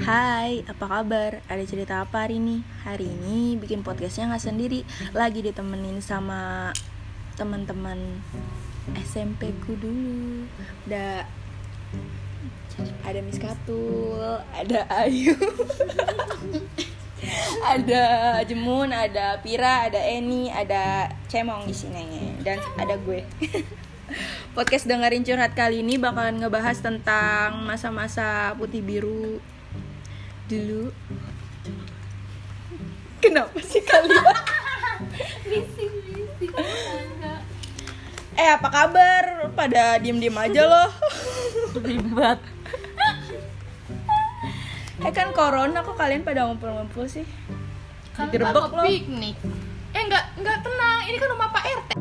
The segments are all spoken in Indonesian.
Hai, apa kabar? Ada cerita apa hari ini? Hari ini bikin podcastnya gak sendiri, lagi ditemenin sama teman-teman SMP ku dulu. Ada Miss Katul, ada Ayu, ada Jemun, ada Pira, ada Eni, ada Cemong di sini, dan ada gue. Podcast dengerin curhat kali ini bakalan ngebahas tentang masa-masa putih biru dulu. Kenapa sih kalian? Bising. Apa kabar? Pada diem-diem aja loh. Ribet. Kan corona kok kalian pada ngumpul-ngumpul sih? Kan Digerebek loh. piknik. Enggak tenang. Ini kan rumah Pak RT.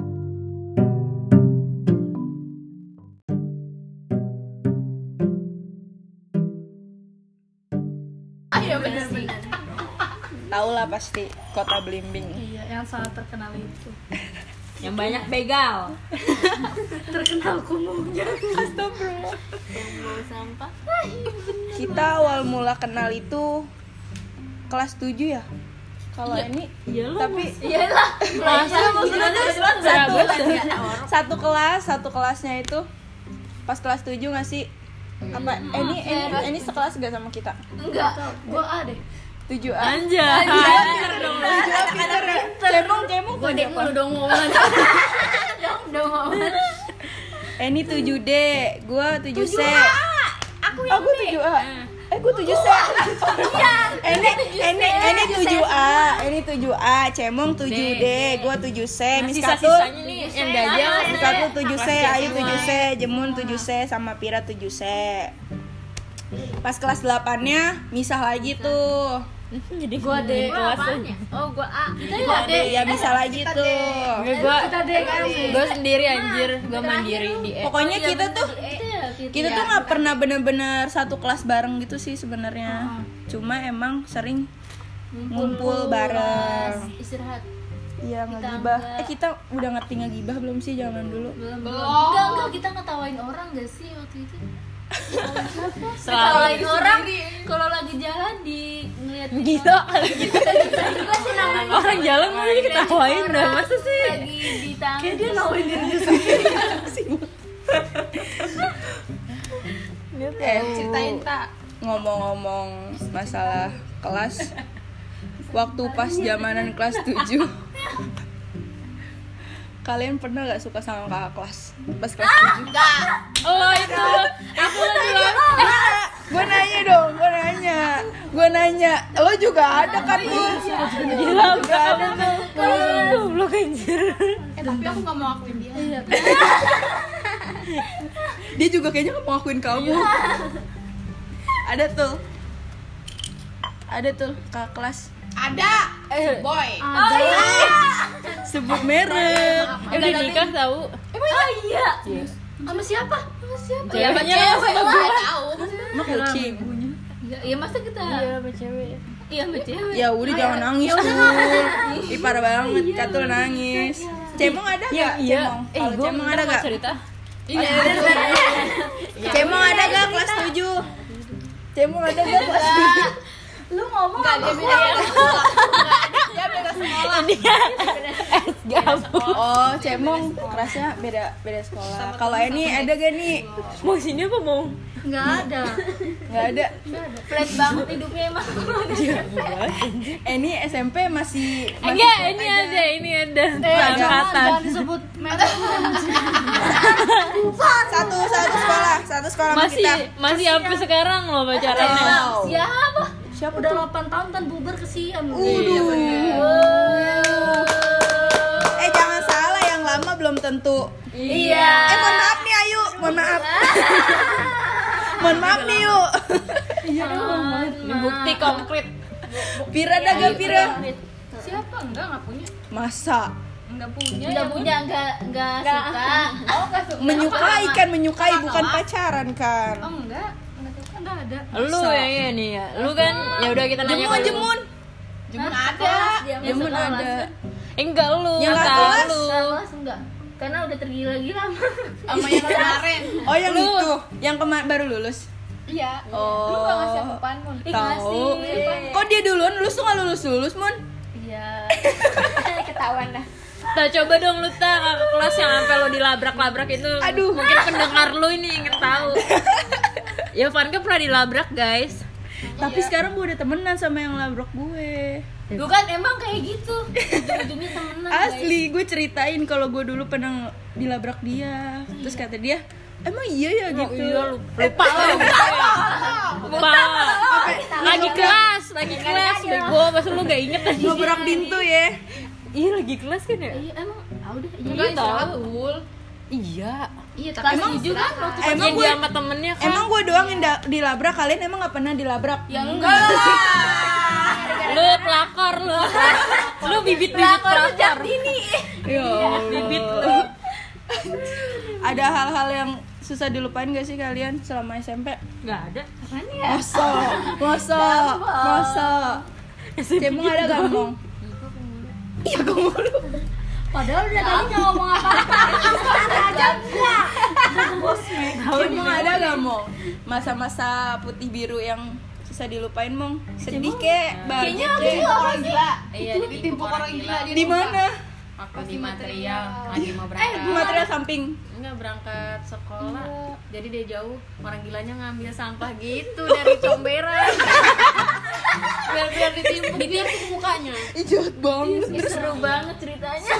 Ayo benar. Tahu lah pasti Kota Belimbing. Iya, yang sangat terkenal itu. Yang banyak begal. Terkenal kumuhnya. Astagfirullah. Yang bawa sampah. Kita awal mula kenal itu kelas 7 ya? Kalau ini tapi Iyalah. satu kelasnya itu pas kelas 7 nggak sih? Apa ini sekelas gak sama kita? Enggak. Gua A deh. 7A. Anjay. Cemong Gua dek mulu dong ngomongan. Dong. Ini 7D, gua 7C. Aku Aku 7A. Gua 7C. Iya. Ini 7A, ini 7A, Cemong 7D, gua 7C, Miss Katul. Sisa-sisanya nih yang dajal. Miss Katul 7C, Ayu 7C, Jemun 7C, sama Pira 7C. Pas kelas 8-nya misah lagi tuh. Jadi Gua D. kelas Oh, gua A. Gua D, ya misah lagi tuh. Kita gue sendiri anjir, gue mandiri di E. Pokoknya kita tuh nggak pernah bener-bener satu kelas bareng gitu sih sebenarnya. Cuma emang sering ngumpul bareng. Istirahat. Iya, ngegibah. Kita udah ngerti ngegibah belum sih zaman dulu? Belum. Enggak, kita ngetawain orang enggak sih waktu itu? Selalu Ngetawain orang kalau lagi jalan di ngeliat gitu. juga sih namanya. Orang jalan mau diketawain dah, masa sih? Lagi di tangan. Kayak dia nawain dirinya sendiri. Ceritain tak. Ngomong-ngomong masalah kelas, waktu pas zamanan kelas 7, kalian pernah gak suka sama kakak kelas pas kelas 7? Oh itu Gue nanya, lo juga ada kan tuh? gila, Juga ada tuh. goblok anjir. Tapi aku enggak mau akuin dia. Dia juga kayaknya gak mau ngakuin kamu. Ada tuh kakak kelas. Ada. Boy. Oh iya. Sebut merek. Udah nikah tahu? Oh iya. Sama siapa? Ceweknya sama Enggak gue. tahu. Emang kucing. Iya, masa kita Iya, sama cewek. Iya, sama cewek. Ya udah jangan nangis tuh. Ih parah banget, Katul nangis. Cemong ada gak? Cemong. Kalau Gue Cemong ada gak? cerita. Iya. Cemong ada gak kelas 7? Cemong ada gak kelas 7? Lu ngomong enggak dia beda sekolah. Dia beda sekolah. Gabung. Oh, Cemong kelasnya beda sekolah. Kalau ini ada gak nih? Mau sini apa mau? Enggak ada. Gak ada. Flat banget hidupnya emang. Ini SMP masih Enggak, ini ada. Angkatan. Jangan disebut merek. satu sekolah sama kita. Masih sampai sekarang loh pacarannya. Wow. Siapa? Udah 8 tahun kan bubar kesian. Jangan salah, yang lama belum tentu. Iya. Mohon maaf nih Ayu, mohon maaf. Mohon maaf nih yuk. Ini bukti konkret. Pira ada gak Pira? Siapa? Enggak punya. Masa? Enggak punya, enggak suka. Oh, enggak suka. Menyukai bukan pacaran kan? Oh, enggak suka, enggak ada. Lu ya ini ya. Lu kan ya udah kita nanya ke lu. Jemun Ada. Jemun ada. Enggak lu. Yang kata nggak kelas? lu. Kelas enggak. Karena udah tergila-gila sama yang kemarin. Oh yang itu, yang baru lulus. Iya. Oh. Lu gak ngasih aku pan, Mun? Tahu. Kok dia duluan lulus tuh nggak lulus Mun? Iya. Ketahuan dah. Tak coba dong lu kakak kelas yang sampai lo dilabrak-labrak itu. Aduh. Mungkin pendengar lu ini ingin tahu. Ya Vanka pernah dilabrak guys. Tapi sekarang gue udah temenan sama yang labrak gue. Lu kan emang kayak gitu. Ujung-ujungnya temenan. Asli, gue ceritain kalau gue dulu pernah dilabrak dia. Terus kata dia, emang iya ya gitu. Iya lupa lupa. Lagi kelas bego, masa lu gak inget aja. Ngobrak pintu ya. Iya lagi kelas kan ya? Iya emang udah Enggak tahu. Iya. Iya, tapi Emang setuju kan waktu Emang Yang gue dia sama temennya kan. Emang gue doang yang dilabrak, kalian emang gak pernah dilabrak? ya enggak Lu pelakor lu. Lu bibit-bibit pelakor. Yo, Bibit lu. ada hal-hal yang susah dilupain gak sih kalian selama SMP? Enggak ada. Masa. Cemong ada gak ngomong? Iya gue mulu. padahal udah tadi ngomong apa aja enggak. Cemong ada gak Mong? Masa-masa putih biru yang susah dilupain Mong? Sedih kek, bahagia kek. orang gila. Iya, Ditimpuk orang gila Di mana? Waktu di material lagi mau berangkat. Material samping. Enggak berangkat sekolah. Jadi dia jauh, orang gilanya ngambil sampah gitu dari comberan. biar ditimpuk mukanya. Ih jahat banget. Seru banget ceritanya.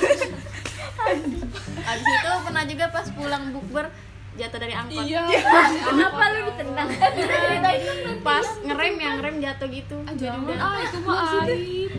Abis itu pernah juga pas pulang bukber jatuh dari angkot. Iya. Kenapa lu ditendang? Pas ngerem jatuh gitu. Jadi udah itu mah aib.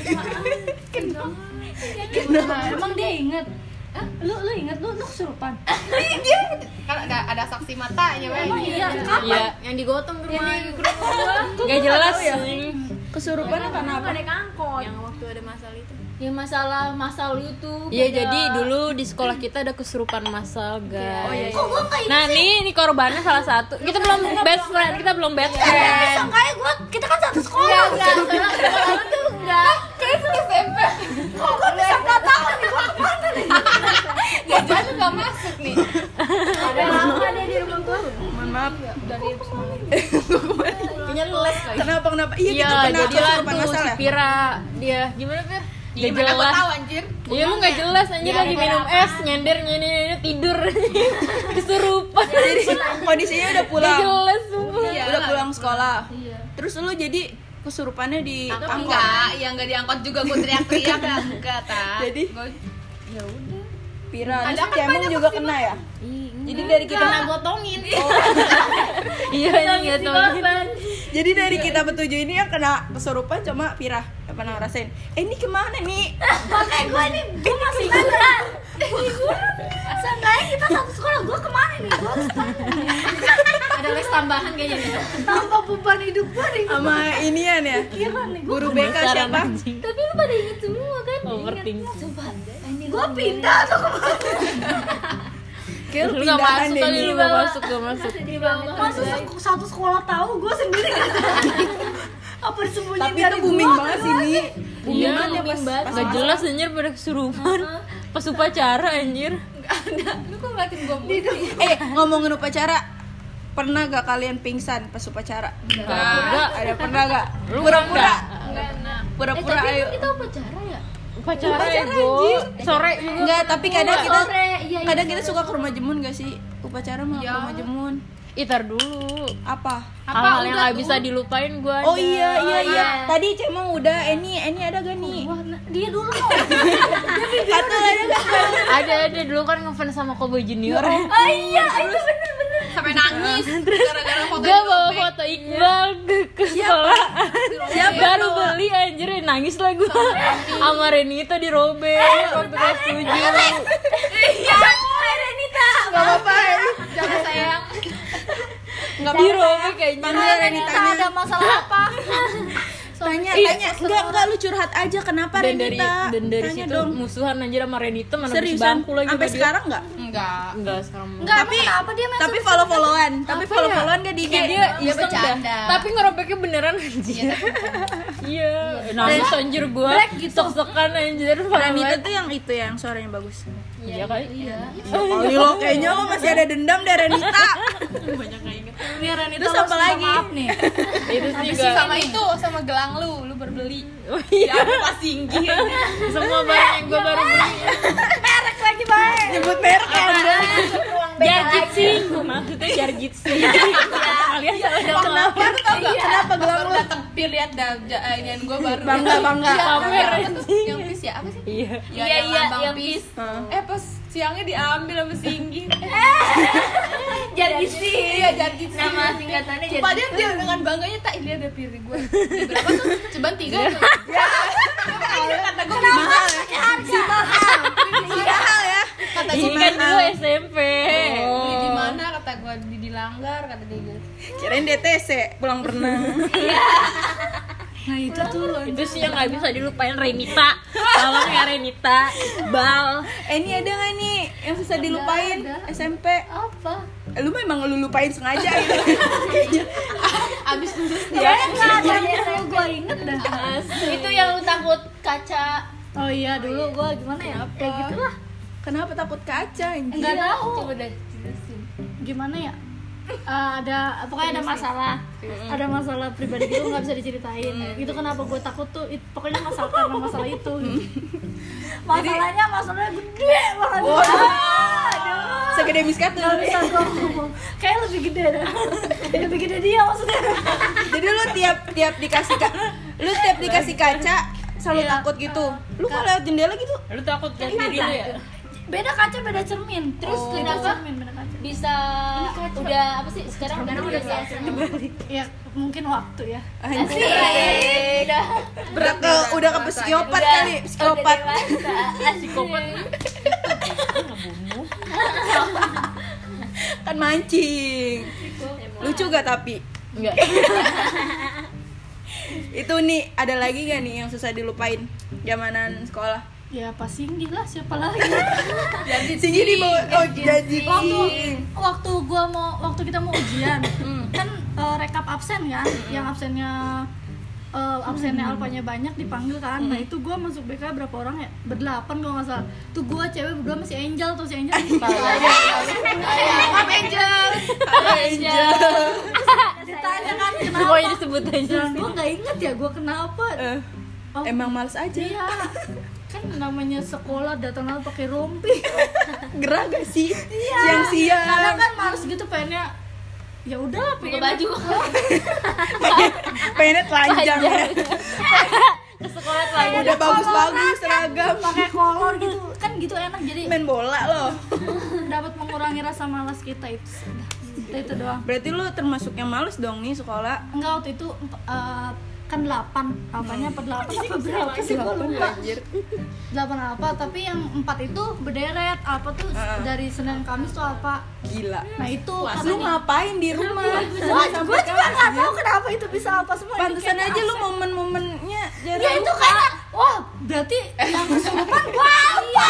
Emang dia inget? Lu inget lu kesurupan? Kan ada saksi matanya, Emang iya. Iya, yang digotong ke rumah. Gak jelas ya. Kesurupan kenapa? Naik angkot. Yang waktu ada masalah itu. Ya masal itu. Iya, jadi dulu di sekolah kita ada kesurupan massal, guys. Oh iya. Kok gua enggak Nah, ini korbannya salah satu. Kita belum best friend, Sangkanya kita kan satu sekolah. Enggak tuh enggak. Kayak itu SMP. Kok gua bisa enggak tahu nih gua kemana nih? Jajan lu gak masuk nih. Ada lama dia di rumah gua. Mohon maaf. Dari Kayaknya lu les kali. Kenapa? Iya, Iya, kita pernah jadilah kesurupan tuh masal si ya? Pira. Dia gimana, Pir? Gak Gimana gua jelas. tahu anjir? Iya lu gak jelas anjir lagi minum es, nyender tidur. Kesurupan. Jadi kondisinya udah Gak pulang. jelas semua. Udah pulang sekolah. Terus lu jadi kesurupannya di angkot. Enggak, yang enggak diangkot juga gua teriak-teriak kan enggak ta. Jadi Ya udah. Pira, Ada terus kan Cemong banyak juga kena ya? Jadi dari kita Kena gotongin. Iya ini gak tau. Jadi dari kita bertujuh ini yang kena kesurupan cuma Pira yang pernah ngerasain. Ini kemana nih? Pakai gua nih, gua masih ingat. Sangkanya kita satu sekolah, gua kemana nih? Gua harus Ada les tambahan kayaknya nih. tambah beban hidup gua nih. Sama inian ya? Guru BK siapa? Tapi lu pada inget semua kan? Overthinking. Coba, gua pindah tuh kemana? Kayak Lu gak pindahan masuk deh kali, nih. lu gak masuk. Masa satu sekolah tahu, gua sendiri gak tahu. Apa disembunyiin Tapi dari itu booming gua? banget sih ini. Iya, Booming banget ya pas gak jelas anjir pada kesurupan. Pas upacara anjir. Lu kok ngeliatin gua mulu? Ngomongin upacara, pernah gak kalian pingsan pas upacara? Enggak. Ada pernah gak? Lu Pura-pura. Enggak enak. Pura-pura ayo. Kita upacara ya? Upacara ego. Sore juga. Enggak, tapi kadang kita Sore, iya, kadang kita suka ke rumah Jemun gak sih? Upacara mah ke rumah Jemun. Itar dulu. Apa? Hal-hal yang gak bisa dilupain gue aja. Oh iya. Tadi Cemong udah Eni ada gak nih? Dia dulu. Kata ada gak? Ada dulu kan ngefans sama Kobe Junior. Oh iya, itu bener. Sampai nangis gara-gara foto Gue bawa foto Iqbal ke sekolah. Siapa Baru bawa? beli anjir nangis lah gue. Sama Renita dirobek waktu kelas 7. Iya, Renita. Gak apa-apa. jangan sayang. Gak Dirobek kayaknya. Panggil Renitanya. Ada masalah apa? Tanya. Enggak lu curhat aja kenapa Dan dari Renita? dari Tanya situ dong. musuhan anjir sama Renita mana bisa Seriusan? bangku lagi Sampai sama dia. sekarang enggak? Enggak. Enggak sekarang. Tapi kenapa dia masuk tapi follow-followan. Tapi follow-followan gak di IG? Dia Dia iseng dah. bercanda. Tapi ngerobeknya beneran anjir. Iya, nangis anjir gua. Sok-sokan anjir. Renita tuh yang itu yang suaranya bagus. Iya kali. Iya. Kali lo kayaknya lo masih ada dendam dari Renita. Banyak enggak inget. Dia Renita Terus lo apa minta lagi? maaf nih. Itu sih juga Sama itu, sama gelang lu baru beli. Ya aku pas tinggi. semua barang yang gue baru beli. Merek lagi baik. Nyebut merek Anda. Jarjit sih, maksudnya jarjit sih. Kalian salah Kenapa? Kenapa gelang lu? Datang Pir lihat inian gue baru. Bangga. pamer. Yang pis ya apa sih? Iya. Ya, Iya, yang lambang yang pis. Hah. Pas siangnya diambil sama Singgi. Jadi sih. Iya, Jarjit sih. Nama singkatannya jadi. Padahal dia dengan bangganya tak lihat ada Pir gue. Berapa tuh? Ceban 3. Kata gue Mahal ya. Mahal ya. Kata Ini gue kan dulu SMP. beli di mana? Kata gue di Langgar, kata dia gitu. Kirain DTC pulang pernah. Nah itu tuh. Itu sih yang nggak bisa dilupain Renita. Tolong ya Renita. Bal. Ini ada nggak nih yang susah dilupain SMP? Apa? Lu memang lu lupain sengaja gitu. Abis lulus Ya nggak ada yang gue inget dah. Itu yang lu takut kaca. Oh iya dulu gue gimana ya? Kayak gitulah. Kenapa takut kaca anjir? Enggak tahu. Coba deh jelasin. Gimana ya? Pokoknya ada masalah pribadi gitu nggak bisa diceritain. Itu kenapa gue takut tuh? Pokoknya karena masalah itu. Masalahnya gede banget. Aduh. Segede miskat tuh. Gak bisa gue ngomong. Kayak lebih gede dah. Lebih gede dia maksudnya. Jadi lu tiap dikasih kaca selalu takut gitu. Lu kalau lewat jendela gitu Lu takut ganti diri lu ya? Beda kaca beda cermin. Terus beda kenapa? cermin beda kaca. Bisa udah apa sih sekarang udah biasa. Ya mungkin waktu ya. anjir. Udah Udah ke psikopat kali, psikopat. psikopat. Kan mancing. Lucu gak tapi? Enggak. Itu nih ada lagi gak nih yang susah dilupain zamanan sekolah? Ya pas Singgi lah siapa lagi. Singgi di bawah janji. Waktu kita mau ujian kan rekap absen kan, yang absennya alfanya banyak dipanggil kan. Nah itu gue masuk BK berapa orang ya? ber-8 kalau nggak salah. Tuh gue cewek berdua masih Angel tuh, si Angel. Maaf Angel. Ditanya kan kenapa? Semuanya disebut aja. Dan gue nggak inget ya gue kenapa. Oh, Emang males aja. iya. Kan namanya sekolah datang pakai rompi. Gerah gak sih? Kadang Siang-siang. kan males gitu pengennya. Ya udah Pakai baju. Pengennya telanjang ya. Ke sekolah lagi. Udah bagus-bagus seragam. pakai kolor gitu kan gitu enak, jadi Main bola loh. dapat mengurangi rasa malas kita itu doang. Berarti lu termasuk yang males dong nih sekolah. Enggak, waktu itu kan 8 apanya apa 8 apa berapa sih gue lupa. 8 apa, tapi yang 4 itu berderet apa tuh dari Senin Kamis tuh apa. Gila. Nah itu Lu ngapain di rumah? gue juga nggak tahu kenapa itu bisa apa semua. Pantesan aja lu momen-momennya jarang. Ya itu kayak wah berarti yang kesurupan gua apa.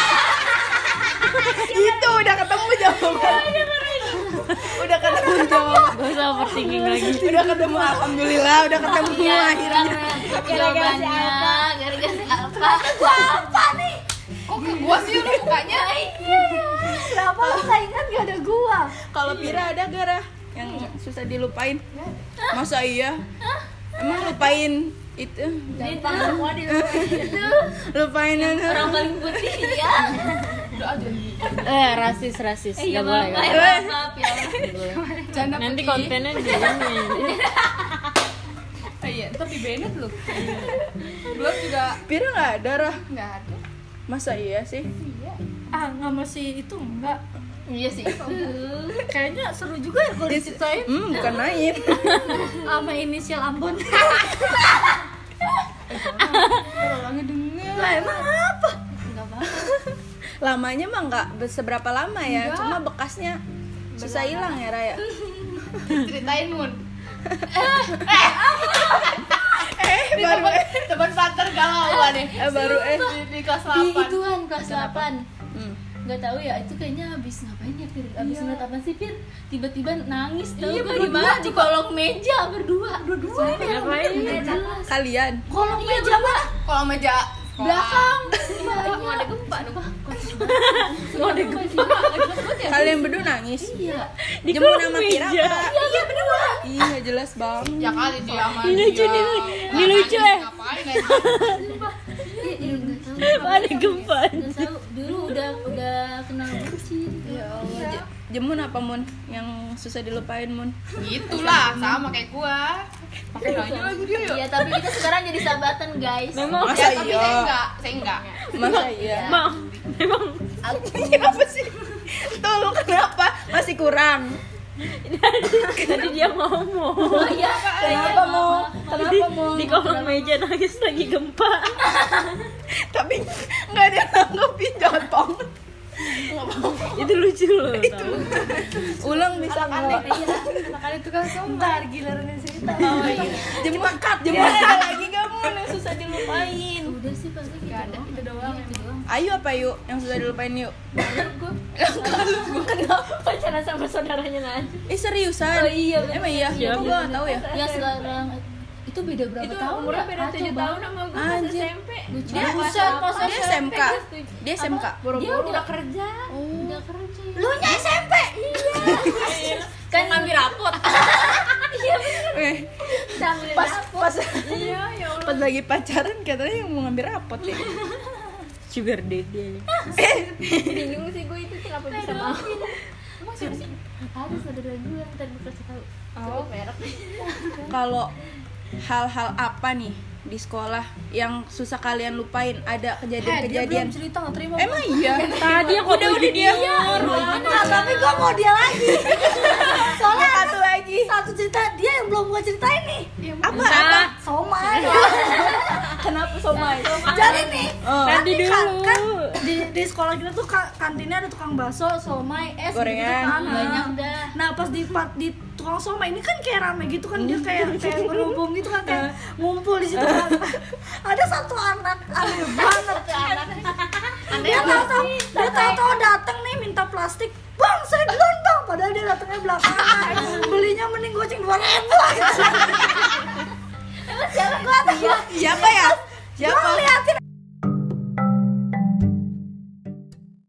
Itu udah ketemu jawaban. Udah ketemu jawaban. Gak usah overthinking lagi. Udah ketemu, alhamdulillah udah ketemu akhirnya. Jawabannya gara-gara apa? Gua apa nih? Kok ke gua sih lu mukanya? Kenapa lu nggak ingat gak ada gua? Kalau Pira ada garah yang susah dilupain? Masa iya? Emang lupain itu? Gampang semua dilupain itu. Lupain yang Orang paling putih ya. Udah aja. Rasis. Iya, Gak boleh. maaf ya. Canda Nanti putih. kontennya gini. Iya, tapi Bennett lu. Belum juga Pira nggak ada Rah? enggak ada. Masa iya sih? Nggak masih itu enggak. Iya sih. Kayaknya seru juga ya kalau diceritain Bukan main. sama inisial Ambon. Orangnya denger. Lah emang apa? Lamanya mah nggak seberapa lama ya, cuma bekasnya susah hilang ya Raya. Ceritain Mun. Baru Teman santer galau nih. baru Di kelas 8. Tuhan kelas 8. Hmm. Gak tahu ya, itu kayaknya abis ngapain ya Pir? Abis ngeliat apa sih Pir? Tiba-tiba nangis tau Iya, gak di mana? Di kolong meja berdua. Ngapain? Gak jelas. Kalian Kolong meja mana? Kalau meja Belakang. Mau ada gempa nih. Kalian berdua nangis? Iya. Di Jemput kolong sama Pira meja. apa? Iya berdua. Iya jelas bang. Ya kali dia sama Ini lucu dia. nih. Ini lucu ya. Ngapain aja? Ada gempa. Nggak tahu. Dulu udah kenal bucin. Ya Allah. Jemun apa Mun yang susah dilupain Mun? Gitulah, sama kayak gua. Pakai nanya lagu dia yuk. Iya, tapi kita sekarang jadi sahabatan, guys. Memang Masa Ya, tapi iya? saya enggak. Masa iya? memang Kenapa sih? Tuh lu kenapa? Masih kurang. tadi dia ngomong. Oh iya, Kenapa mau? Kenapa mau? Di kolong meja nangis lagi gempa. Tapi nggak ada yang nanggepin jotong. Itu lucu loh. Tahu. Ulang bisa nggak? Makanya itu kan ntar giliran cerita. Oh iya. Jemput ada lagi gak Mun yang susah dilupain? udah sih pasti gitu doang. Itu doang. Iya, itu doang. Ayo apa yuk yang susah dilupain yuk? Pacaran sama saudaranya Najwa. Seriusan? Oh iya, bener. Emang iya? Iya, Kok gua nggak tahu ya? Ya sekarang itu beda berapa tahun? umurnya beda 7 tahun sama gue Anjir. SMP. Lucu Dia banget. dia SMK. Dia SMK. Dia udah kerja. Udah kerja. Lu nya SMP? Kan ngambil rapot. Eh, Sambil pas pas lagi pacaran katanya yang mau ngambil rapot ya. Sugar daddy. bingung sih gue itu kenapa bisa mau. Emang siapa sih? Ada saudara gue yang tadi kasih tahu. Oh, merek. Kalau hal-hal apa nih di sekolah yang susah kalian lupain? Ada kejadian-kejadian? Cerita nggak terima. Emang iya? Tadi aku udah dia. Nah, tapi gue mau dia lagi. Soalnya Satu lagi. satu cerita dia yang belum gue ceritain nih. Apa? Nah, Somai. Kenapa somai? Jadi nih, Oh. tadi dulu. kan di sekolah kita tuh kantinnya ada tukang bakso, somai, es Gorengan. gitu kan. Banyak dah. Nah, pas di tukang somai ini kan kayak rame gitu kan, dia kayak berhubung gitu kan, kayak ngumpul di situ kan. Ada satu anak aneh banget. Dia tahu datang nih minta plastik. Bang, saya duluan bang. Padahal dia datangnya belakangan. Belinya mending goceng 2.000 aja. Siapa ya? Gue ngeliatin